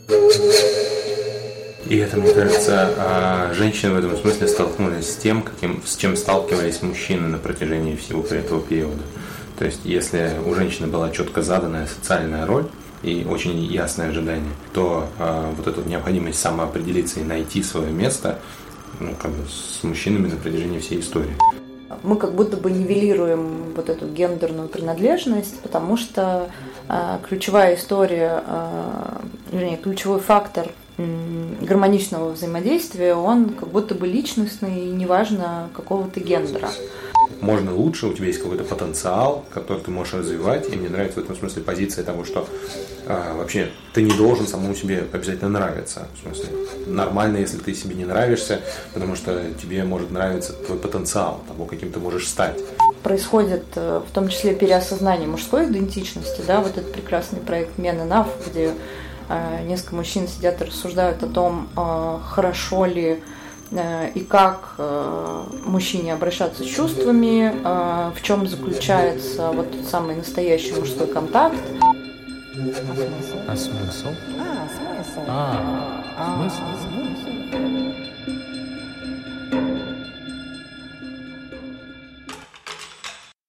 И это, мне кажется, женщины в этом смысле столкнулись с тем, с чем сталкивались мужчины на протяжении всего этого периода. То есть, если у женщины была четко заданная социальная роль и очень ясное ожидание, то вот эту необходимость самоопределиться и найти свое место, с мужчинами на протяжении всей истории. Мы как будто бы нивелируем вот эту гендерную принадлежность, потому что ключевая история, ключевой фактор гармоничного взаимодействия, он как будто бы личностный, и неважно какого-то гендера. Можно лучше, у тебя есть какой-то потенциал, который ты можешь развивать, и мне нравится в этом смысле позиция того, что вообще ты не должен самому себе обязательно нравиться. В смысле, нормально, если ты себе не нравишься, потому что тебе может нравиться твой потенциал, того, каким ты можешь стать. Происходит в том числе переосознание мужской идентичности, да, вот этот прекрасный проект Men Enough, где несколько мужчин сидят и рассуждают о том, хорошо ли и как мужчине обращаться с чувствами, в чем заключается вот тот самый настоящий мужской контакт. А смысл? Смысл. Смысл.